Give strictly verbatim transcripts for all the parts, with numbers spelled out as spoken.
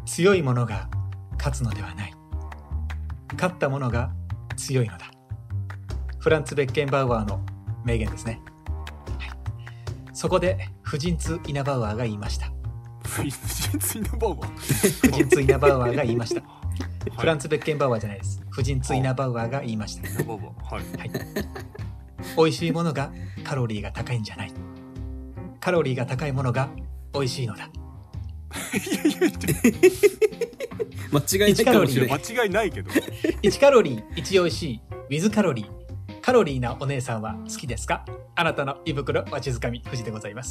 強い者が勝つのではない。勝った者が強いのだ。フランツ・ベッケンバウアーの名言ですね。はい、そこでフジンツ・イナバウアーが言いました。 フジンツ・イナバウアーフジンツ・イナバウアーが言いました。フランツ・ベッケンバウアーじゃないです。フジンツ・イナバウアーが言いました。はいはい、美味しいものがカロリーが高いんじゃない。カロリーが高いものが美味しいのだ。いやいや間違いないかもしれない。 間違いないけどいちカロリーいち美味しい with カロリー。カロリーなお姉さんは好きですか？あなたの胃袋わしづかみ富士でございます。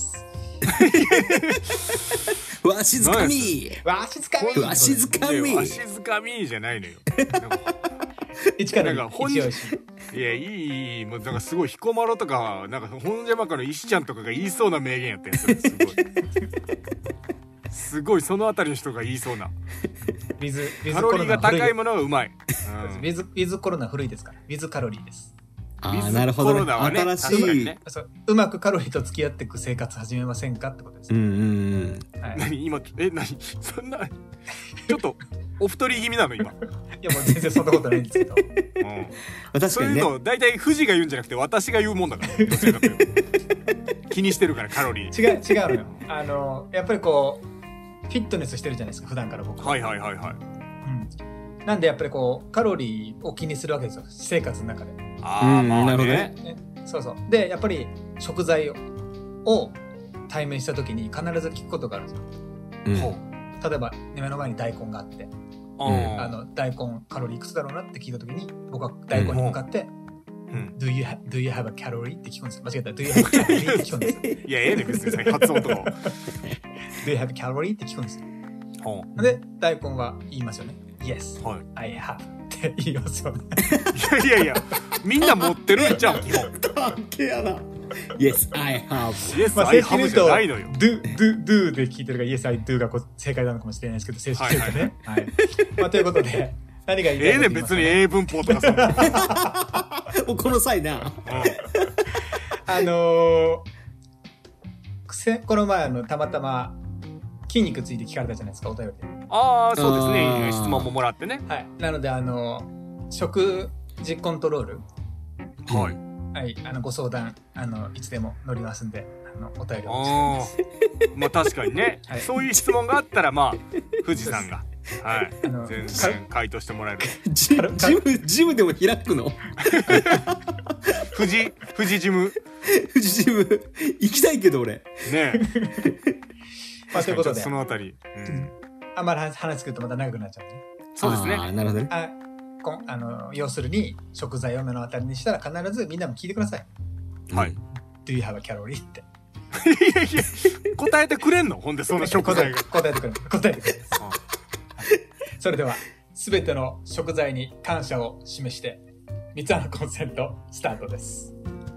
わしづかみわしづかみわしづかみわしづかみじゃないのよ。 いちカロリーいち美味しい。 いやいいいいもうなんかすごい彦摩呂とかなんか本邪魔かの石ちゃんとかが言いそうな名言やったやつ。すごいすごいそのあたりの人が言いそうな。 ウィズ、ウィズカロリーが高いものはうまい。 うん、ウィズ、ウィズコロナ古いですから。ウィズカロリーです。 ああ、なるほど、ね。新しい、 ね、そううまくカロリーと付き合っていく生活始めませんかってことです。 うんうんうん。 はい、何今え何そんなちょっとお太り気味なの今。いやもう全然そんなことないんですけど。うん、 確かにね。 そういうの大体富士が言うんじゃなくて私が言うもんだから。どちらかというと気にしてるからカロリー。 違う違うのよ。あのやっぱりこうフィットネスしてるじゃないですか普段から僕は。 はいはいはいはい。 うん。なんでやっぱりこうカロリーを気にするわけですよ私生活の中で。 ああ、まあね、なるほどね。 そうそう。でやっぱり食材を対面した時に必ず聞くことがあるんですよ。うん、例えば目の前に大根があって、うん、あの大根カロリーいくつだろうなって聞いた時に僕は大根に向かって、うん、Do you ha- Do you have a calorie って聞くんですよ。間違えた。Do you have a calorie って聞くんですよ。 いやええね別に発音とか。 Do you have a calorie って聞くんですよ。で大根は言いますよね。Yes、はい、I have って言いますよね。 いやいやいやみんな持ってるんじゃん基本。 関係やな。Yes, I have. Yes, I have じゃないのよ。 Do, do, do で聞いてるから Yes, I do が正解なのかもしれないですけど正式に言うとね。はいはいはいまあ、ということで何が言いたいかと言いますと、ね、ええね別に英文法とかさ。 もうこの際な。うん、 あのー、この前あのたまたま筋肉ついて聞かれたじゃないですかお便りで。 ああそうですね質問ももらってね。 はい。なのであの食事コントロール。 はい。 はい、あのご相談あのいつでも乗りますんであのお便りをお待ちしております。 まあ確かにね、はい、そういう質問があったらまあ富士山が、はい、あの全然回答してもらえる。 ジ, ジムジムでも開くの？ 富士富士ジム富士ジム行きたいけど俺。ねえ。 まあということでそのあたり、 うん、あんまり話するとまた長くなっちゃうね。 そうですね。 あなるほどね。 ああの要するに食材を目の当たりにしたら必ずみんなも聞いてください。 はい。 Do you have a calorie って。 いやいや答えてくれんの？ほんでその食材が答えてくれる答えてくれる。それではすべての食材に感謝を示してみっつのコンセントスタートです。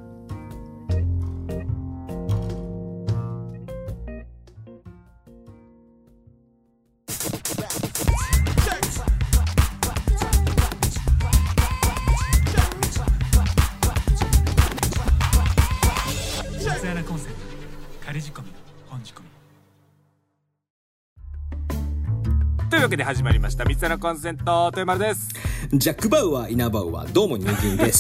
というわけで始まりました三つ穴コンセント豊丸です。 ジャック・バウアーイナバウアーどうも人間です。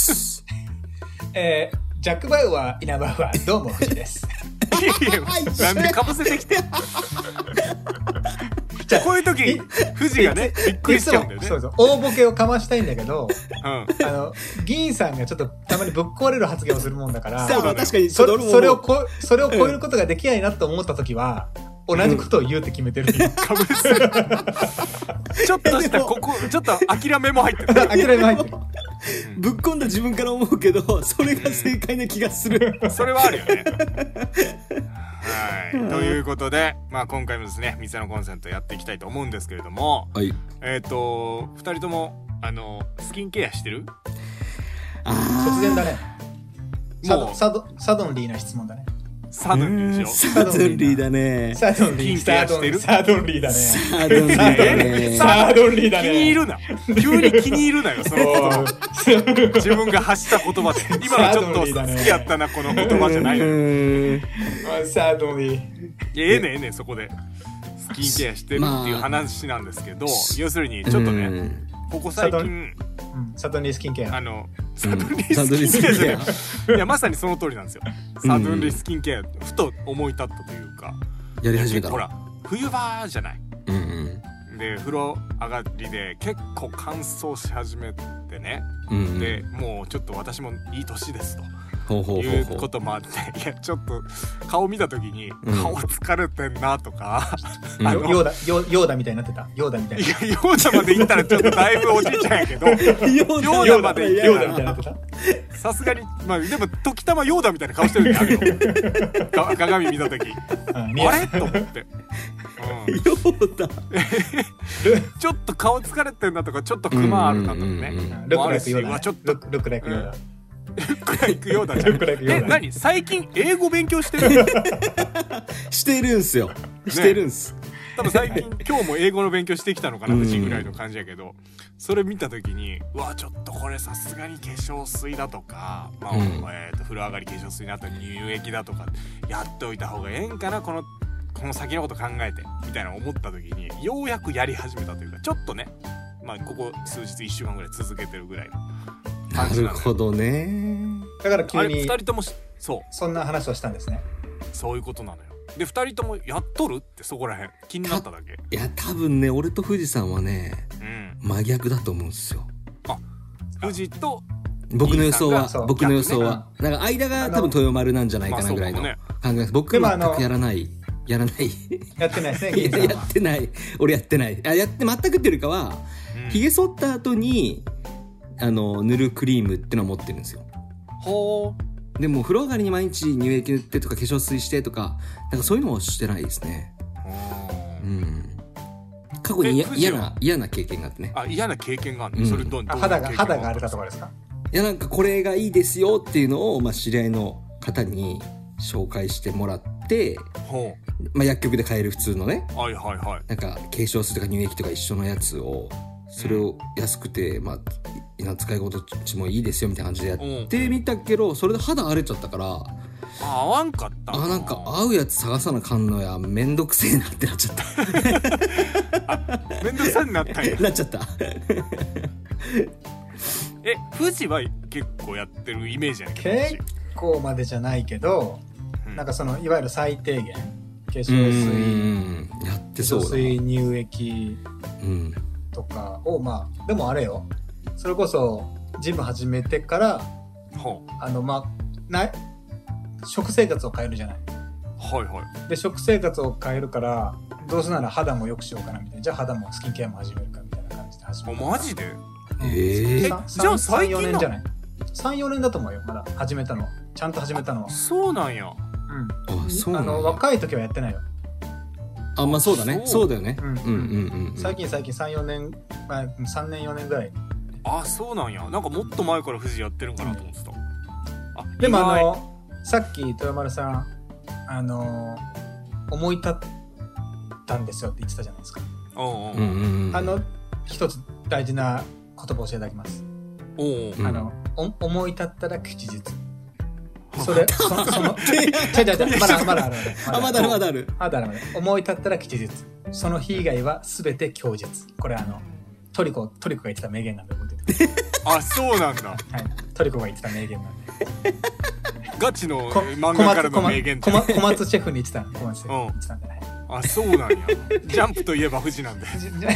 えー、ジャック・バウアーイナバウアーどうも富士です。 いやいやなんでかぶせてきてじゃあこういう時富士がねびっくりしちゃうんだよね。 そうそう大ボケをかましたいんだけど、うん、あの議員さんがちょっとたまにぶっ壊れる発言をするもんだからそう確かにそ, それをこそれを超えることができないなと思った時は、うん、同じことを言うって決めてる。 かぶせちょっとしたここちょっと諦めも入ってる。 諦めも入ってる。 ぶっ込んだ自分から思うけどそれが正解な気がする。 それはあるよね。はい、ということで、まあ、今回もですね三つ穴コンセントやっていきたいと思うんですけれども、 はい、 えっ、ー、とふたりともあのスキンケアしてる？ あ突然だね。もうサドサドンリーな質問だね。 サドンリーでしょ。 サドンリーだね。 サドンリーサドンリーサドンリーだね。 サドンリーだね。 サドンリーだね。 気に入るな。急に気に入るなよその自分が発した言葉で。今のちょっと好きやったなこの言葉じゃないのよ。 サドンリー。 いやええねええねそこで。 スキンケアしてるっていう話なんですけど、まあ、要するにちょっとね、うん、ここ最近サドンリースキンケアあのサドンリースキンケアじゃない、いやまさにその通りなんですよ。サドンリースキンケア、うん、ふと思い立ったというか、 やり始めたの。 ほら冬場じゃない、 うんうん、で風呂上がりで結構乾燥し始めてね、うんうん、でもうちょっと私もいい年ですということもあって、いやちょっと顔見た時に顔疲れてんなとか、 うん、あのヨーダヨーダみたいになってたヨーダみたいな、いやヨーダまで行ったらちょっとだいぶおじいちゃんやけどヨーダまでヨーダみたいになってた、 さすがにまあでも時たまヨーダみたいな顔してるんだよ鏡見た時、うん、あれと思って、 うん、ヨーダちょっと顔疲れてんなとかちょっとクマあるなとかね、 ルックライクヨーダ、ちょっとルックライクヨーダ、 ルックライクヨーダじゃん。え、何最近英語勉強してるしてるんすよ。してるんす。 ね、多分最近今日も英語の勉強してきたのかな藤ぐらいの感じやけど、それ見た時にうわちょっとこれさすがに化粧水だとか、まあ、うん、えー、と風呂上がり化粧水の後に乳液だとかやっておいた方がええんかなこのこの先のこと考えてみたいな思った時にようやくやり始めたというか、ちょっとね、まあここ数日いっしゅうかんぐらい続けてるぐらいの。 なるほどね。 だから急にふたりともそうそんな話をしたんですね。 そういうことなのよ。でふたりともやっとるってそこらへん気になっただけ。 いや多分ね俺と富士山はね、うん、真逆だと思うんですよ。 あ富士と僕の予想は僕の予想は、ね、なんか間が多分豊丸なんじゃないかなぐらいの考えです。僕は全くやらないやらないやってないですね。 いややってない俺やってないあやって全くっていうよりかは、うん、髭剃った後にあの塗るクリームってのは持ってるんですよ。 ほう。でも風呂上がりに毎日乳液塗ってとか化粧水してとかなんかそういうのはしてないですね。うん。過去に嫌な嫌な経験があってね。 あ嫌な経験があるの、うん、それどんどん肌が肌が荒れたとかですか。 いやなんかこれがいいですよっていうのをまあ知り合いの方に紹介してもらって、 ほう。まあ薬局で買える普通のね。 はいはいはい。 なんか化粧水とか乳液とか一緒のやつを。それを安くて、まあ、使い心地もいいですよみたいな感じでやってみたけど、それで肌荒れちゃったから、 あ合わんかったあなんか合うやつ探さなかんのやめんどくせえなってなっちゃっためんどくさになったんやなっちゃったえ富士は結構やってるイメージやねんけど結構までじゃないけど、うん、なんかそのいわゆる最低限化粧水やってそうだ化粧水乳液、うんとかをまあでもあれよそれこそジム始めてからあのまあな食生活を変えるじゃない。 はいはい。 で食生活を変えるからどうせなら肌も良くしようかなみたいな、じゃあ肌もスキンケアも始めるかみたいな感じで始めた。 マジで？ えー、 じゃあ最近のさん、よねんじゃない さん、よねんだと思うよまだ始めたのちゃんと始めたのは。 そうなんや。 うん。 あそうなんや。 あの若い時はやってないよ。 あまあそうだね そ, そうだよね、 うんうんうんうん、最近最近 さん、よねん、まあ、さんねんよねんぐらい。 あそうなんや。なんかもっと前から富士やってるんかなと思ってた、うん、 あでもあのさっき豊丸さんあの思い立ったんですよって言ってたじゃないですか。 おうおう、うんうん、あの一つ大事な言葉を教えていただきます。 おうあのお思い立ったら吉日。それそのそのちゃちゃちゃまだまだあるあまだあるまだあるまだあるまだ思い立ったら吉日その日以外はすべて強日。これあのトリコトリコが言ってた名言なんで覚えててあそうなんだ。 はいトリコが言ってた名言なんでガチの漫画からの名言って小松シェフに言ってた小松シェフに言ってたんでね。 あそうなんやジャンプといえば富士なんで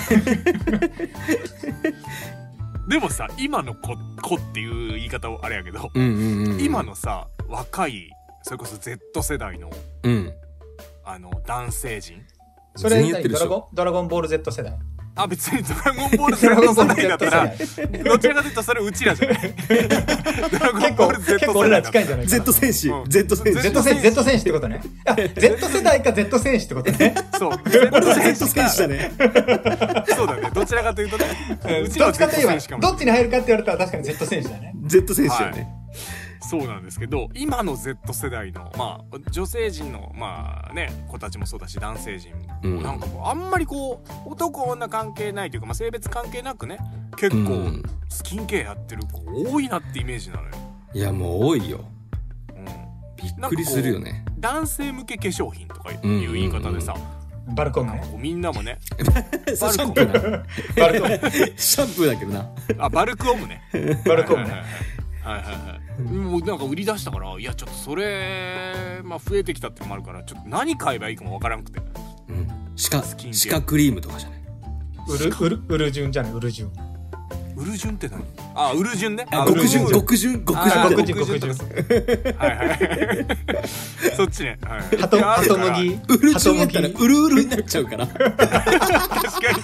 でもさ今の子, 子っていう言い方をあれやけど、 うんうんうん、 今のさ若いそれこそ Z 世代の、 うん、 あの男性陣それドラゴンドラゴンボール Z 世代。 あ別にドラゴンボール Z 世代だったらどちらかというとそれうちらじゃないドラゴンボール Z 世代結構俺ら近いんじゃないかな。 Z 戦士、うん、 Z 戦士 Z 戦士 Z 戦士ってことね。あ Z 世代か Z 戦士ってことね。 そう俺は Z 戦士だねそうだねどちらかというとねうちらは Z 戦士かも。どっちに入るかって言われたら確かに Z 戦士だね。 Z 戦士だね、はいそうなんですけど今の Z 世代のまあ女性陣のまあね子たちもそうだし男性陣も、うん、なんかこうあんまりこう男女関係ないというか、まあ、性別関係なくね結構スキンケアやってる子多いなってイメージなのよ。 いやもう多いよ、うん、びっくりするよね。 男性向け化粧品とかいう言い方でさ、 バルコンね。 みんなもねそれシャンプーなバルコンシャンプーだけどな。 あバルクオムねバルコンね。 はいはいはい、もうなんか売り出したから、いやちょっとそれまあ増えてきたってのもあるから、ちょっと何買えばいいかもわからなくて、 うん、歯科歯科クリームとかじゃない。 ウルウルウルジュンじゃない、ウルジュン。 ウルジュンって何？あウルジュンね。 あ極潤極潤極潤極潤極潤。 はいはいそっちね。はい。 ハトハト麦。 ウルジュンやったらウルウルになっちゃうから。 確かに。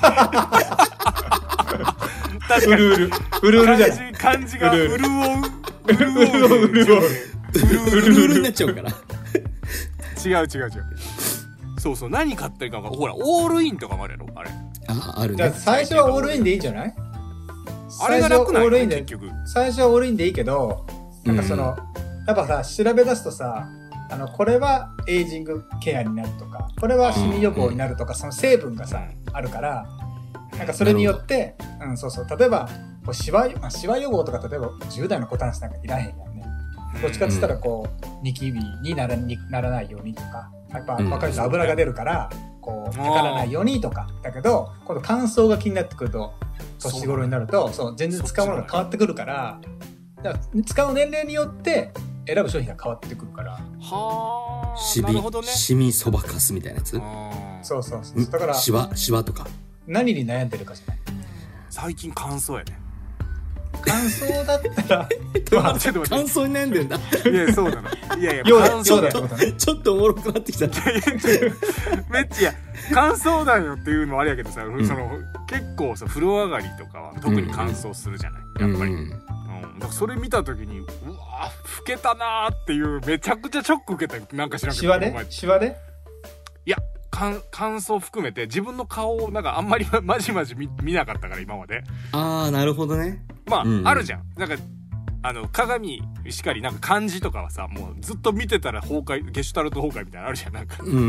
確かに。 ウルウルウルウルじゃない。 漢字が潤う潤う潤う潤うウルウルになっちゃうから。 違う違う違う。そうそう、何買ったらいいか分かんない。ほらオールインとかもあるやろあれ。 ああるね。 じゃあ最初はオールインでいいんじゃない？ あれが楽なんよね結局。 最初はオールインでいいけど、なんかその、うん、やっぱさ調べ出すとさ、あのこれはエイジングケアになるとか、これはシミ予防になるとか、その成分がさあるから、なんかそれによって、うんそうそう、例えばこうシワまあシワ予防とか例えばじゅう代の子たちなんかいらへんやんね。どっちかって言ったらこうニキビにならにならないようにとか、やっぱ若い人油が出るから。こう、かからないようにとか。だけど、今度乾燥が気になってくると、年頃になると、そう、全然使うものが変わってくるから、だから使う年齢によって選ぶ商品が変わってくるから。 はぁ。なるほどね。シミそばかすみたいなやつ？ そうそうそう。だから、 シワ、シワとか。 何に悩んでるかじゃない。 最近乾燥やね。 乾燥だったら、 まあ、ちょっと乾燥に悩んでんだ。 いや、そうなの。いやいや、 乾燥だってことね。 ちょっとおもろくなってきた。 めっちゃ、乾燥だよっていうのもあれやけどさ、うん、その、結構さ、風呂上がりとかは特に乾燥するじゃない、うん、やっぱり。うん。うん、だからそれ見たときに、うわぁ、老けたなーっていう、めちゃくちゃショック受けた。なんか知らんけど。 シワでシワでいや、乾燥含めて自分の顔をなんかあんまりまじまじ 見, 見なかったから今まで。 ああなるほどね。 まあ、うんうん、あるじゃん。なんかあの鏡しかりなんか漢字とかはさ、もうずっと見てたら崩壊、ゲシュタルト崩壊みたいなのあるじゃん。なんか、 うんうん、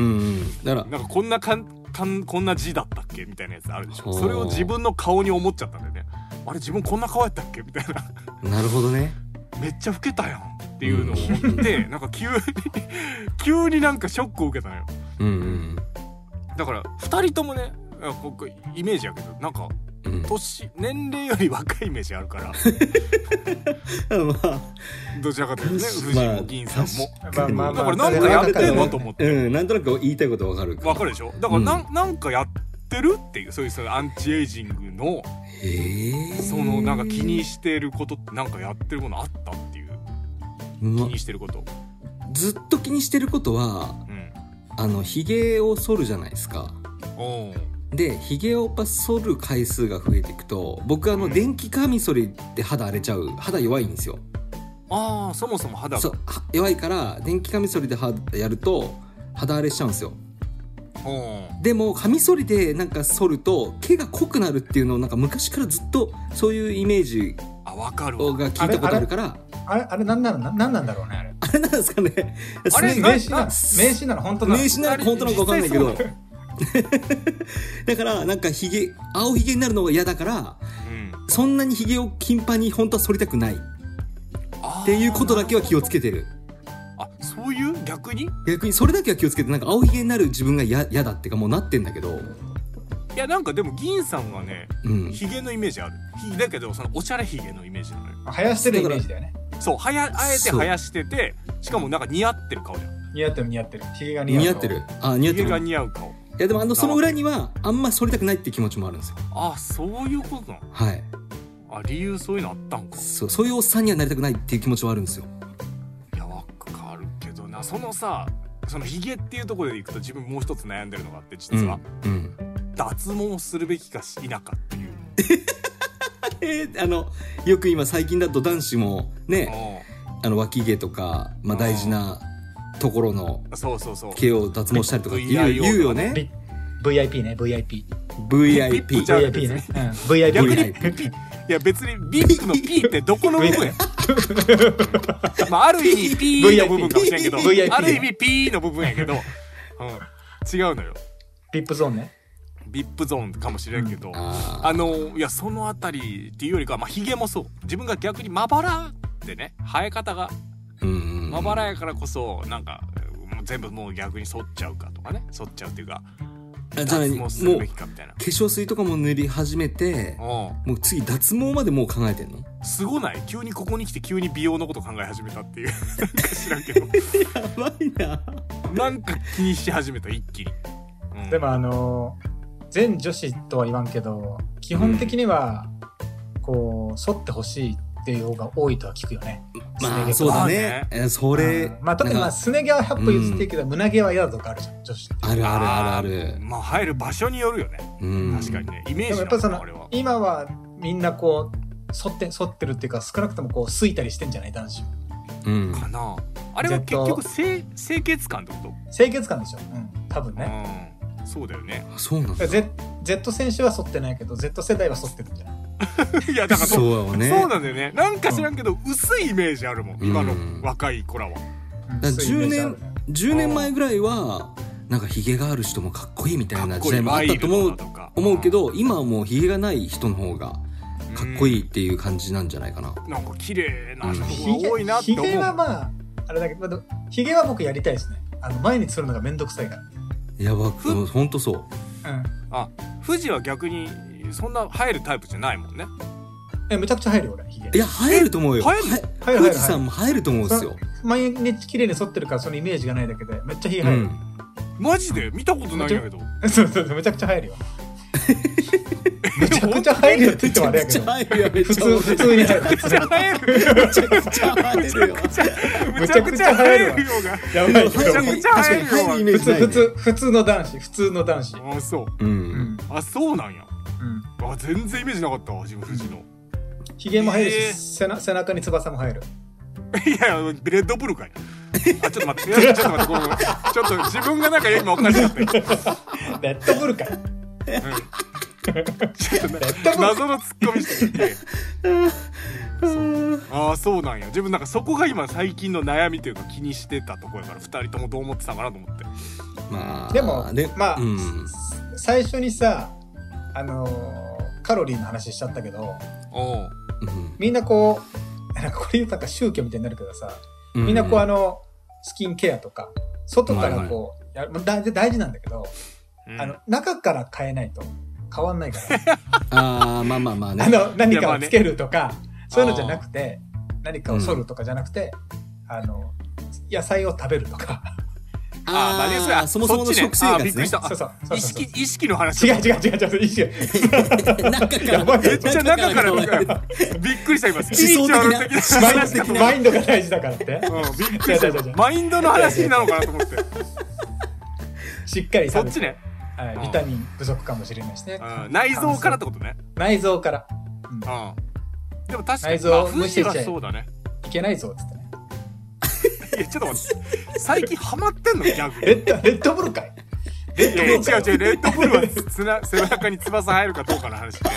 だからなんかこんなかんかんこんな字だったっけみたいなやつあるでしょ。それを自分の顔に思っちゃったんだよね。あれ自分こんな顔やったっけみたいな。 なるほどね。 めっちゃ老けたやんっていうのを思って、うん、なんか急に急になんかショックを受けたのよ。 うんうん。 だからふたりともね、僕イメージやけどなんか、うん、年年齢より若いイメージあるからまあどちらかというとね、藤井も銀さんも、 まあまあまあ、 だからなんかやってんのと思って、 うん、なんとなく言いたいことわかるわかるでしょ。だからな、うん、なんかやってるっていう、そういうそのアンチエイジングのそのなんか気にしてることってなんかやってるものあったっていう、気にしてること、 ずっと気にしてることは、うん、あのヒゲを剃るじゃないですか。 おでヒゲをパ剃る回数が増えていくと、僕あの、うん、電気カミソリで肌荒れちゃう、肌弱いんですよ。 ああ、そもそも肌がそう弱いから電気カミソリで肌やると肌荒れしちゃうんですよ。でもカミソリでなんか剃ると毛が濃くなるっていうのをなんか昔からずっとそういうイメージあわかるが聞いたことあるから、 あれあれなんなのなんなんだろうね、あれあれなんですかね。 あれ名刺なの名刺なの本当なの名刺なの本当なのか分かんないけどだからなんかヒゲ青ヒゲになるのが嫌だから、うん、そんなにヒゲを頻繁に本当は剃りたくないっていうことだけは気をつけてる。 あ、そういう逆に逆にそれだけは気をつけて、なんか青ひげになる自分が嫌だっていうかもうなってんだけど。 いやなんかでも銀さんはね、 うん、 ヒゲのイメージある。だけどそのおしゃれヒゲのイメージなのよ。 生やしてるイメージだよね。 そう、はやあえて生やしてて、しかもなんか似合ってる顔じゃん。 似合ってる似合ってる。ヒゲが似合う顔。 似合ってる。あ、似合ってる。 ヒゲが似合う顔。 いやでもあのその裏にはあんま剃りたくないっていう気持ちもあるんですよ。 あ、そういうことなの。 はい。 あ、理由そういうのあったんか。 そう、そういうおっさんにはなりたくないっていう気持ちはあるんですよ。 いやわかるけどな、そのさ、そのヒゲっていうところでいくと自分もう一つ悩んでるのがあって、実は、 うんうん、 脱毛するべきか否かっていうえー、あのよく今最近だと男子もね、あの脇毛とか、まあ、大事なところの毛を脱毛したりとかって言う、言うよね。 ブイアイピー ね ブイアイピーブイアイピーブイアイピー ね、うん、ブイアイピー逆に P いや別にビップの P ってどこの部分やまあある意味 P の部分かもしれんけどある意味 P の部分やけど、うん、違うのよ。 ビップゾーンね。 ビップゾーンかもしれんけど、うん、あ, あのいやそのあたりっていうよりかは、まあ、ヒゲもそう、自分が逆にまばらってね、生え方がまばらやからこそなんか全部もう逆に剃っちゃうかとかね、剃っちゃうっていうかあじゃあ脱毛するべきかみたいな。 化粧水とかも塗り始めて、もう次脱毛までもう考えてんの？ すごない？急にここに来て急に美容のこと考え始めたっていうなんか知らんけどやばいな。 なんか気にし始めた一気に、 うん、でもあの全女子とは言わんけど基本的にはこう剃ってほしいっていう方が多いとは聞くよね。 まあそうだね。えそれ、 うん、まあ特にまあすね毛はひゃっぽ譲っていいけど、うん、胸毛は嫌だとかあるじゃん女子って。 あるあるあるある。 まあ入る場所によるよね。うん、確かにねイメージ。でもやっぱその今はみんなこう剃って剃ってるっていうか少なくともこうすいたりしてんじゃない男子。 うん、かな。あれは結局清清潔感ってこと？ 清潔感でしょ。うん多分ね。 うん、そうだよね。 そうなんだ。 Z, Z 選手は剃ってないけど Z 世代は剃ってるんじゃない？ いやだから そ, そう、ね、 そうなんだよね。なんか知らんけど、うん、薄いイメージあるもん今の若い子らは。 だじゅうねんじゅうねんまえぐらいはなんかヒゲがある人もかっこいいみたいな時代もあったと思う思うけど、今はもうヒゲがない人の方がかっこいいっていう感じなんじゃないかな。 うん、なんか綺麗な人が多いなって思う。 ヒゲはまああれだけどヒゲは僕やりたいですね。あの毎日するのがめんどくさいから。 いや僕も本当そう。うん。 あ富士は逆にそんな生えるタイプじゃないもんね。 えめちゃくちゃ生えるよ俺ヒゲ。 いや生えると思うよ。 生える。 富士山も生えると思うんですよ。 毎日綺麗に剃ってるからそのイメージがないだけでめっちゃヒゲ生える。うん、 マジで見たことないんだけど。 そうそうそうめちゃくちゃ生えるよ。めちゃくちゃ生えるよって言ってもあれやけど。普通普通に生える。 めちゃくちゃ生える。めちゃくちゃ生えるよ。めちゃくちゃ生えるよ。 やばい。めちゃくちゃ生えるよ。普通普通普通の男子普通の男子。 あそう。うん。あそうなんや。うん。あ全然イメージなかったわ自分富士の。 ヒゲも生えるし背中に翼も生える。 いやレッドブルかい。あちょっと待ってちょっと待ってこのちょっと自分がなんか今おかしかった。 レッドブルかい。 うんちょっと謎のツッコミしてみてああそうなんや。自分なんかそこが今最近の悩みというか気にしてたところやからふたりともどう思ってたかなと思って。 まあでもまあ、うん、最初にさあのー、カロリーの話しちゃったけどおみんなこうなんかこれ言うとなんか宗教みたいになるけどさ、うん、みんなこうあのスキンケアとか外からこう、はいはい、や大事なんだけど、うん、あの中から変えないと変わんないからああまあまあまあね。 あの何かをつけるとか、ね、そういうのじゃなくて何かを剃るとかじゃなくて、うん、あの野菜を食べるとかああまあそもそもの食生活ね。 そうそうそう意識意識の話。 違う違う違う違う意識中からめっちゃ中からびっくりした今スピリチュアル的な話的なマインドが大事だからって、うん、 びっくりしたマインドの話なのかなと思ってしっかり食べてそっちね。 はい、ビタミン不足かもしれないしね、 うん、内臓からってことね。 内臓から、 うんうん、でも確かに内臓を無視しちゃそうだね。 いけないぞっつってねいやちょっと待って最近ハマってんのギャグレッドレッドブルかい。 レッドブルかい。違う違うレッドブルはつな背中に翼生えるかどうかの話で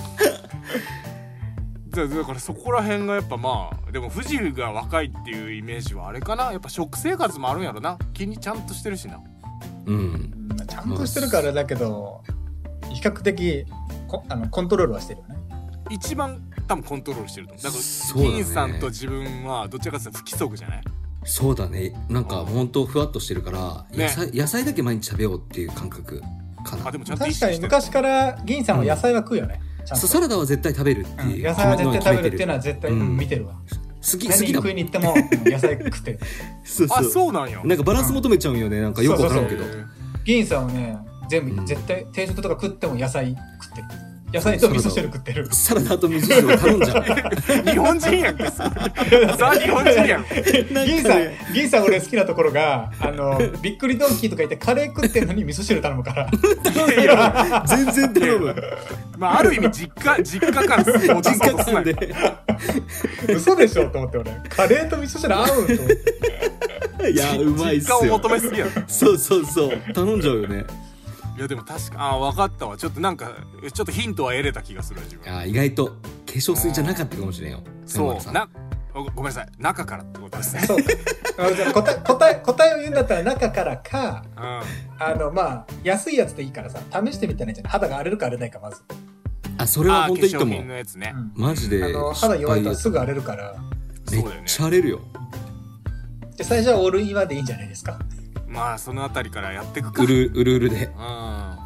だからそこら辺がやっぱまあでも富士が若いっていうイメージはあれかな。やっぱ食生活もあるんやろな。気にちゃんとしてるしな。 うんちゃんとしてるからだけど比較的コあのコントロールはしてるよね。 一番多分コントロールしてると思う。だから金さんと自分はどちらかというと不規則じゃない。 そうだね。なんか本当ふわっとしてるから、ね、野菜野菜だけ毎日食べようっていう感覚かな。 あでもちゃんと確かに昔から銀さんは野菜は食うよね、うん、ちゃんとサラダは絶対食べるっていう、 うん、野菜は絶対食べるっていうのは絶対、うん、見てるわ。 好き好きだ食いに行っても野菜食ってるそうそうあそうなんよ。 なんかバランス求めちゃうんよね。なんかよくわからんけど銀さんはね全部、うん、絶対定食とか食っても野菜食ってる。野菜と味噌汁食ってる。 サラダと味噌汁を頼んじゃう日本人やんけさあ日本人やん銀さん銀さん俺好きなところがあのびっくりドンキーとか言ってカレー食ってんのに味噌汁頼むからいや全然頼むまあある意味実家実家感すごい実家感で嘘でしょと思って俺カレーと味噌汁合うと思っていやうまいっすよ。 実家を求めすぎやろそうそうそう頼んじゃうよね。 いやでも確かあ分かったわ。ちょっとなんかちょっとヒントは得れた気がする自分。 あ意外と化粧水じゃなかったかもしれんよ。 そうなごめんなさい中からってことですね。 そう答え答え答えを言うんだったら中からか、うん、あのまあ安いやつでいいからさ試してみたらいいんじゃない。肌が荒れるか荒れないかまず。 あそれは本当にいいと思う。 化粧品のやつね、 うん、マジであの肌弱いとすぐ荒れるからめっちゃ荒れるよ。 で最初はオールインワンでいいんじゃないですか。 まあそのあたりからやっていくか。 うるうるうるで。 うん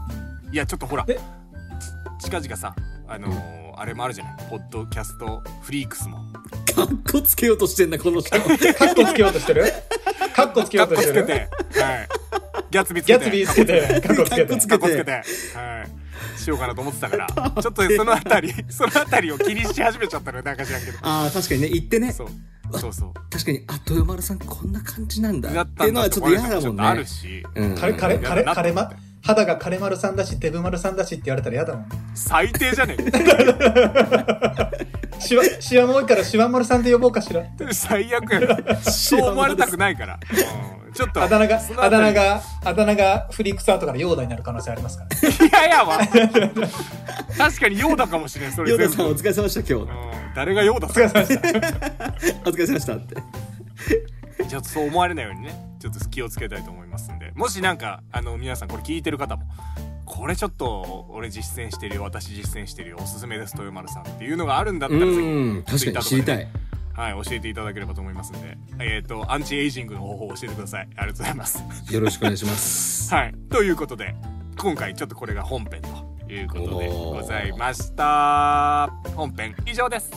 いやちょっとほら近々さあのーうん、あれもあるじゃないポッドキャストフリークスもカッコつけようとしてんなこの人カッコつけようとしてるカッコつけようとしてるカッコつけて、はい、ギャツビーつけてギャツビーつけてカッコつけてカッコつけて、はい、しようかなと思ってたからちょっとそのあたりそのあたりを気にし始めちゃったのよなんか知らんけどああ確かにね言ってねそうそうそう確かにあ豊丸さんこんな感じなんだっていうのはちょっと嫌だもんねあるし、 うん、彼彼彼彼ま肌が枯丸さんだしデブ丸さんだしって言われたら嫌だもん最低じゃねえしわしわも多いからしわ丸さんで呼ぼうかしら最悪やなそう思われたくないから、うん、ちょっとあだ名があだ名があだ名がフリークスアウトからヨーダになる可能性ありますから、 ね、いやいやわ確かにヨーダかもしれんそれヨーダさんお疲れ様でした今日、 うん、誰がヨーダさんお疲れ様でしたお疲れ様でしたってちょっとそう思われないようにねちょっと気をつけたいと思いますんでもしなんかあの皆さんこれ聞いてる方もこれちょっと俺実践してるよ私実践してるよおすすめです豊丸さんっていうのがあるんだったらぜひ確かに知りたいはい、教えていただければと思いますんでえっ、ー、とアンチエイジングの方法を教えてくださいありがとうございますよろしくお願いしますはいということで今回ちょっとこれが本編ということでございました本編以上です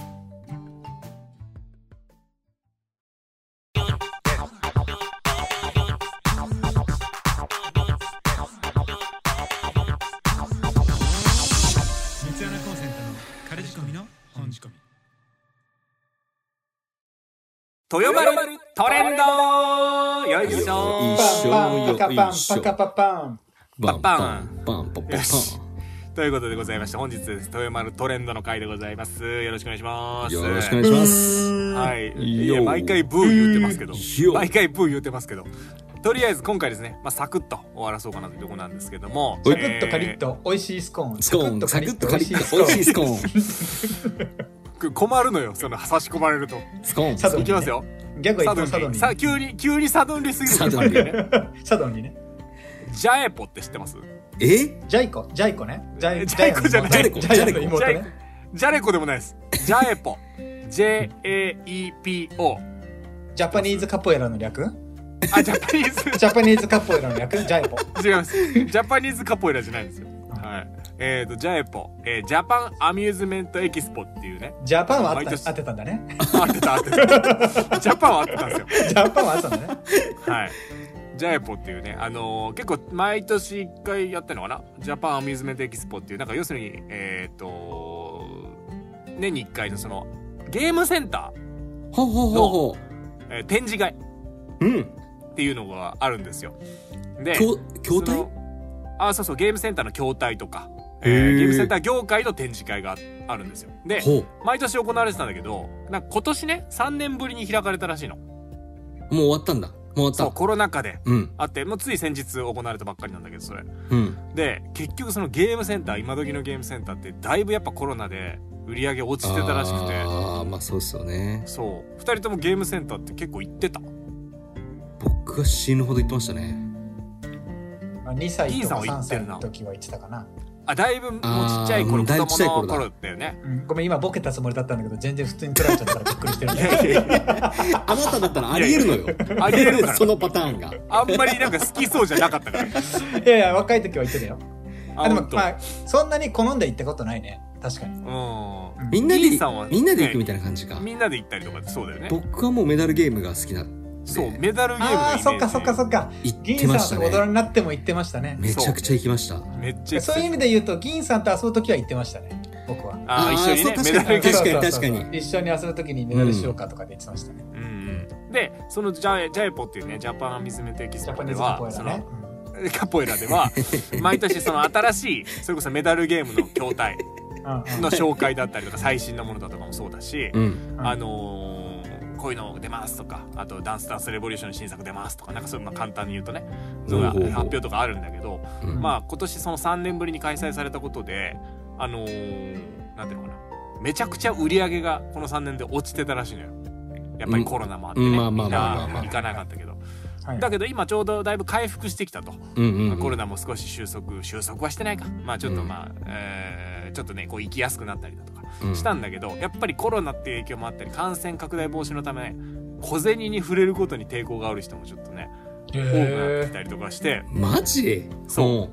豊丸トレンドよいしょパカパンパカパパンパパンパンパパンということでございまして本日です豊丸トレンドの回でございますよろしくお願いしますよろしくお願いしますはいいや毎回ブー言ってますけど毎回ブー言ってますけどとりあえず今回ですね、まあ、サクッと終わらそうかなというところなんですけどもサクッとカリッと美味しいスコーンスコーンサクッとカリッと美味しいスコーン困るのよその差し込まれるとスコーンいきますよギャグはサドンにさ急に急にサドンリすぎるサドンにねサドンにねジャエポって知ってますえジャイコジャイコねジャイコじゃないジャレコジャレコ妹ねジャレコでもないですジャエポ ジェイエーイーピーオージャパニーズカポエラの略あジャパニーズジャパニーズカポエラの略ジャエポ違いますジャパニーズカポエラじゃないんですよはいえーとジャエポ、えー、ジャパンアミューズメントエキスポっていうねジャパンは合って合ってたんだね合ってた合ってたジャパンは合ってたんですよジャパンは合ってたんだねはいジャエポっていうねあのー、結構毎年いっかいやってるのかなジャパンアミューズメントエキスポっていうなんか要するにえーと年にいっかいのそのゲームセンターほうほうほうほう、 えー、展示会うんっていうのがあるんですよで筐体あそうそうゲームセンターの筐体とかえー、ゲームセンター業界の展示会があるんですよで毎年行われてたんだけどなんか今年ねさんねんぶりに開かれたらしいのもう終わったんだもう終わったそうコロナ禍であって、 うん、 もうつい先日行われたばっかりなんだけどそれ、 うん、 で結局そのゲームセンター今時のゲームセンターってだいぶやっぱコロナで売り上げ落ちてたらしくてああまあそうですよねそうふたりともゲームセンターって結構行ってた僕が死ぬほど行ってましたねにさいとかさんさいの時は言ってたかなあだいぶもうちっちゃい頃子供の頃だよね、 うん、ごめん今ボケたつもりだったんだけど全然普通に取られちゃったからびっくりしてるねあなただったらありえるのよありえるからそのパターンがあんまりなんか好きそうじゃなかったからいやいや若い時は言ってたよあでもまあそんなに好んで行ったことないね確かにうんみんなでみんなで行くみたいな感じかみんなで行ったりとかそうだよね僕はもうメダルゲームが好きなそうメダルゲームのイメージああそっかそっかそっか銀さんと大人になっても行ってましたねめちゃくちゃ行きましためっちゃそういう意味で言うと銀さんと遊ぶ時は行ってましたね僕はああ一緒にねメダルゲーム確かに確かに一緒に遊ぶ時にメダルしようかとかで言ってましたね、 うんうん、でそのジャジャエポっていうねジャパンアミューズメントエキスポではそのカポエラでは毎年その新しいそれこそメダルゲームの筐体の紹介だったりとか最新のものだとかもそうだし、 うん、 あのーこういうの出ますとかあとダンスダンスレボリューションの新作出ますとかなんかそういうまあ簡単に言うとねそういう発表とかあるんだけど、うん、まあ今年そのさんねんぶりに開催されたことであのー、なんていうのかなめちゃくちゃ売り上げがこのさんねんで落ちてたらしいのよやっぱりコロナもあってね、うん、みんな行かなかったけどだけど今ちょうどだいぶ回復してきたと、 うんうんうん、 コロナも少し収束収束はしてないかまあちょっとまあ、うんえー、ちょっとねこう行きやすくなったりだとかしたんだけど、うん、やっぱりコロナっていう影響もあったり感染拡大防止のため小銭に触れることに抵抗がある人もちょっとね多くなってきたりとかしてマジそう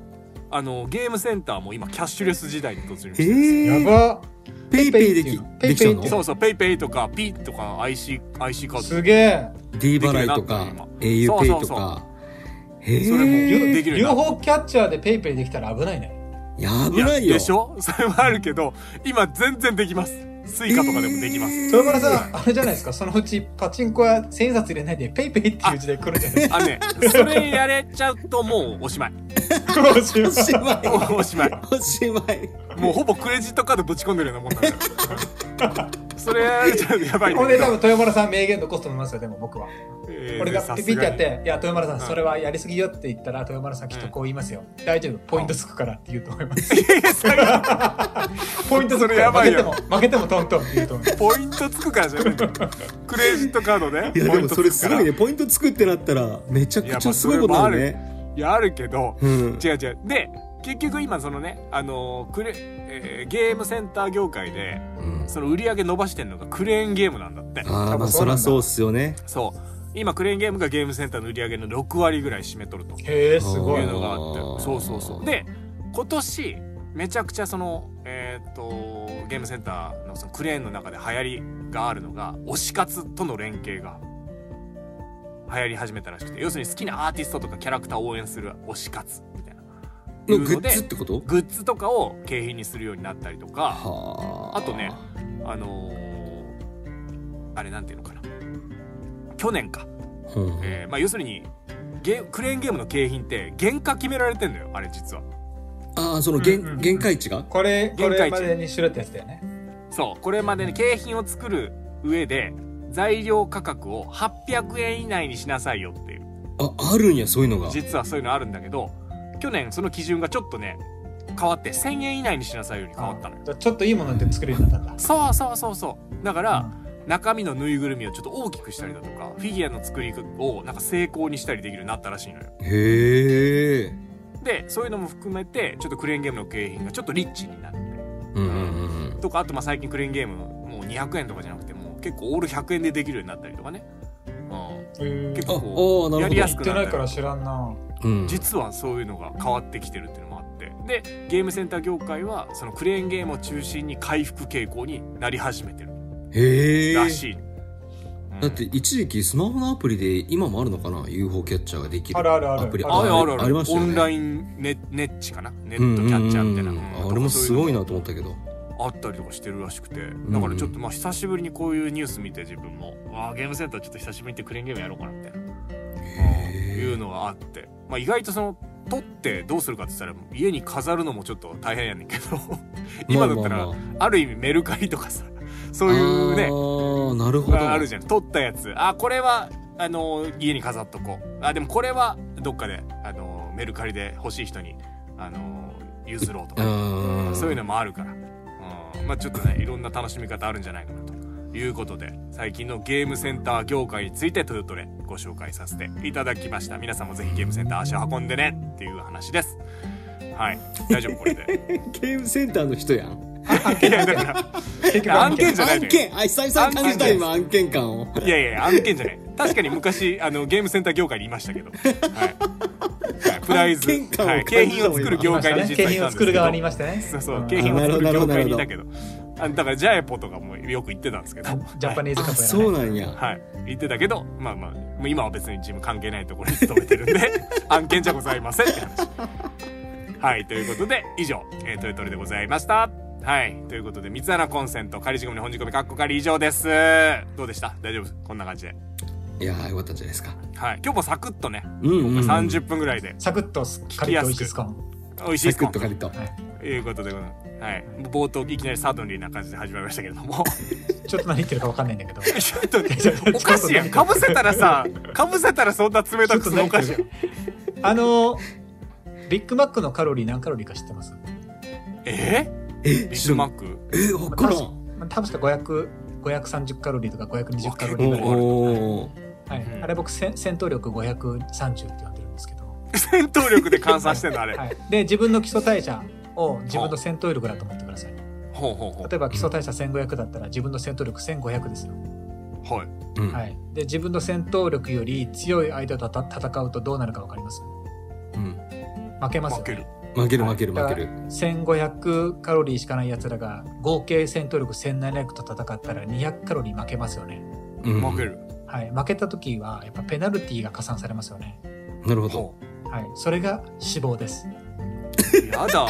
あのゲームセンターも今キャッシュレス時代に突入してる、えー、 やばペイペイできできちゃうの？ そうそう、ペイペイとかピとか アイシー, アイシーカードすげえ D 払いとか au ペイとか、 へえ、それもできる両方キャッチャーでペイペイできたら危ないね。 いや危ないよ。 でしょ？それはあるけど今全然できます。スイカとかでもできます。 豊村さん、あれじゃないですか、そのうちパチンコや千円札入れないでペイペイっていう時代来るんじゃないですか。 あね、それやれちゃうともうおしまい。 おしまい。 おしまい。 おしまい。 おしまい。 もうほぼクレジットカードぶち込んでるようなもんなんだよ。それやれちゃうとやばい。 ほんで多分豊村さん名言残すと思いますよ、でも僕は。えー、俺がピピってやって、いや、豊村さん、それはやりすぎよって言ったら、豊村さんきっとこう言いますよ。うん、大丈夫、ポイントつくからって言うと思います。ポイントつくから、負けても、負けてもトントンって言うと思います。 ポイントつくからじゃない。クレジットカードね。 いや、でもそれすごいね。ポイントつくってなったら、めちゃくちゃすごいことなるね。いや、あるけど、うん、違う違う。で、結局今そのね、あのークレえー、ゲームセンター業界で、うん、その売り上げ伸ばしてるのがクレーンゲームなんだって。 ああ、まあそりゃそうっすよね。 そう今クレーンゲームがゲームセンターの売り上げのろくわりぐらい占めとるとへえ、すごいいうのがあって、そうそうそう。で今年めちゃくちゃそのえー、っとゲームセンターのそのクレーンの中で流行りがあるのが推し活との連携が流行り始めたらしくて、要するに好きなアーティストとかキャラクターを応援する推し活みたいなのグッズってこと？ グッズとかを景品にするようになったりとか、あとね、あのー、あれなんていうのかな、去年か、うん、えー、まあ要するにゲクレーンゲームの景品って原価決められてんだよ、あれ実は。 ああ、その 原,、うんうん、原価値がこれこれまでにしろってやつだよね。 そう、これまでに景品を作る上で材料価格をはっぴゃくえん以内にしなさいよっていう。 あ、あるんや、そういうのが。 実はそういうのあるんだけど、去年その基準がちょっとね変わってせんえん以内にしなさいように変わったのよ。 ちょっといいもので作れるようになったんだ。 そうそうそうそう。だから、うん、中身のぬいぐるみをちょっと大きくしたりだとか、フィギュアの作りをなんか成功にしたりできるようになったらしいのよ。 へえ。 でそういうのも含めてちょっとクレーンゲームの景品がちょっとリッチになって、 うんうんうん、 とか、あとまあ最近クレーンゲームもうにひゃくえんとかじゃなくてもう結構オールひゃくえんでできるようになったりとかね、うん、結構こうやりやすくなったり。 言ってないから知らんな。 うん、実はそういうのが変わってきてるっていうのもあって、でゲームセンター業界はそのクレーンゲームを中心に回復傾向になり始めてるへらしい、うん、 だって一時期スマホのアプリで今もあるのかな ユーフォー キャッチャーができるあるあるあるアプリ。 あるあるあるありましたよね。 オンライン ネ, ネッチかなネットキャッチャーみたいな、うんうんうん、 あれもすごいなと思ったけどあったりとかしてるらしくて、だからちょっとまあ久しぶりにこういうニュース見て自分もあゲームセンターちょっと久しぶりにクレーンゲームやろうかなみたいな、いうのがあって、まあ、意外とその取ってどうするかって言ったら家に飾るのもちょっと大変やねんけど今だったらある意味メルカリとかさ、そういうね、 あ, なるほどあるじゃん、取ったやつ、あこれはあの家に飾っとこう、あでもこれはどっかであのメルカリで欲しい人にあの譲ろうとか、そういうのもあるから、うん、まあちょっとねいろんな楽しみ方あるんじゃないかなということで、最近のゲームセンター業界についてトヨトレご紹介させていただきました。皆さんもぜひゲームセンター足を運んでねっていう話です。はい、大丈夫これでゲームセンターの人やん。 いやだから案件じゃないのよ。 案件、あ、久々に感じた今案件感を。 いやいや案件じゃない。確かに昔あのゲームセンター業界にいましたけど、はいはい、プライズ、はい、景品を作る業界に実際いたんですけど、 景品を作る側にいましたね。 そうそう、景品を作る業界にいたけど、あだからジャエポとかもよく行ってたんですけど、 ジャパニーズカップ、 ね、そうなんや。 はい、行ってたけど、まあまあ今は別に自分関係ないところに勤めてるんで案件じゃございませんって話。はい、ということで以上、えー、トヨトレでございました。はい、ということで三つ穴コンセント仮仕込みの本仕込みカッコ仮以上です。どうでした？大丈夫？こんな感じで。 いやーよかったんじゃないですか。 はい、今日もサクッとね、 うんうんうん、 さんじゅっぷんぐらいでサクッとカリッと美味しいスコーン、 美味しいスコーン、 サクッとカリッと、 はい、いうことで、はい、冒頭いきなりサドンリーな感じで始まりましたけれどもちょっと何言ってるか分かんないんだけどちょっとおかしいやん、かぶせたらさかぶせたらそんな冷たくするのおかしいやん。 あのビッグマックのカロリー何カロリーか知ってます？ えー、 えビッグマックえ分からん、 まあ、多分ごひゃく、ごひゃくさんじゅうカロリーとかごひゃくにじゅうカロリーぐらいある。 おはい、うん、あれ僕戦闘力ごひゃくさんじゅうって呼んでるんですけど戦闘力で換算してんのあれ、 はい、で自分の基礎代謝を自分の戦闘力だと思ってください。 ほうほうほう。 例えば基礎代謝せんごひゃくだったら自分の戦闘力せんごひゃくですよ。 はい、 うん、 はい、で自分の戦闘力より強い相手と戦うとどうなるか分かります？ うん、 負けますよ、ね、 負ける。 負ける負ける負ける。 せんごひゃくカロリーしかない奴らが合計戦闘力せんななひゃくと戦ったらにひゃくカロリー負けますよね。 うん、負ける。 はい。負けた時はやっぱペナルティが加算されますよね。 なるほど。 はい。それが死亡です。 やだ。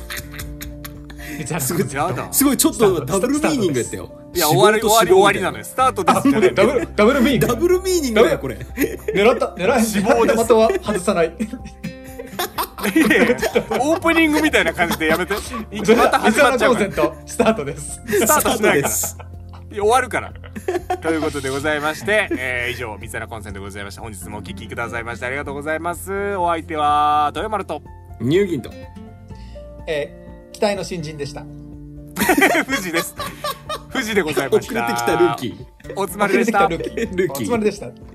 すごい、すごいちょっとダブルミーニングやったよ。 いや、終わり終わり終わりなのよ。スタートですじゃない。 ダブルダブルミーニング。 ダブルミーニングだよこれ。 狙った狙い死亡です。 的は外さない。 オープニングみたいな感じでやめて。また始まっちゃうから。 スタートです。 スタートしないから。終わるから。ということでございまして、えー、以上、三つ穴コンセントでございました。本日もお聞きくださいましてありがとうございます。お相手は、豊丸と、 ニューギンと、 えー、期待の新人でした。 富士です。富士でございました。 遅れてきたルーキー。 おつまりでした。 ルーキー。おつまりでした。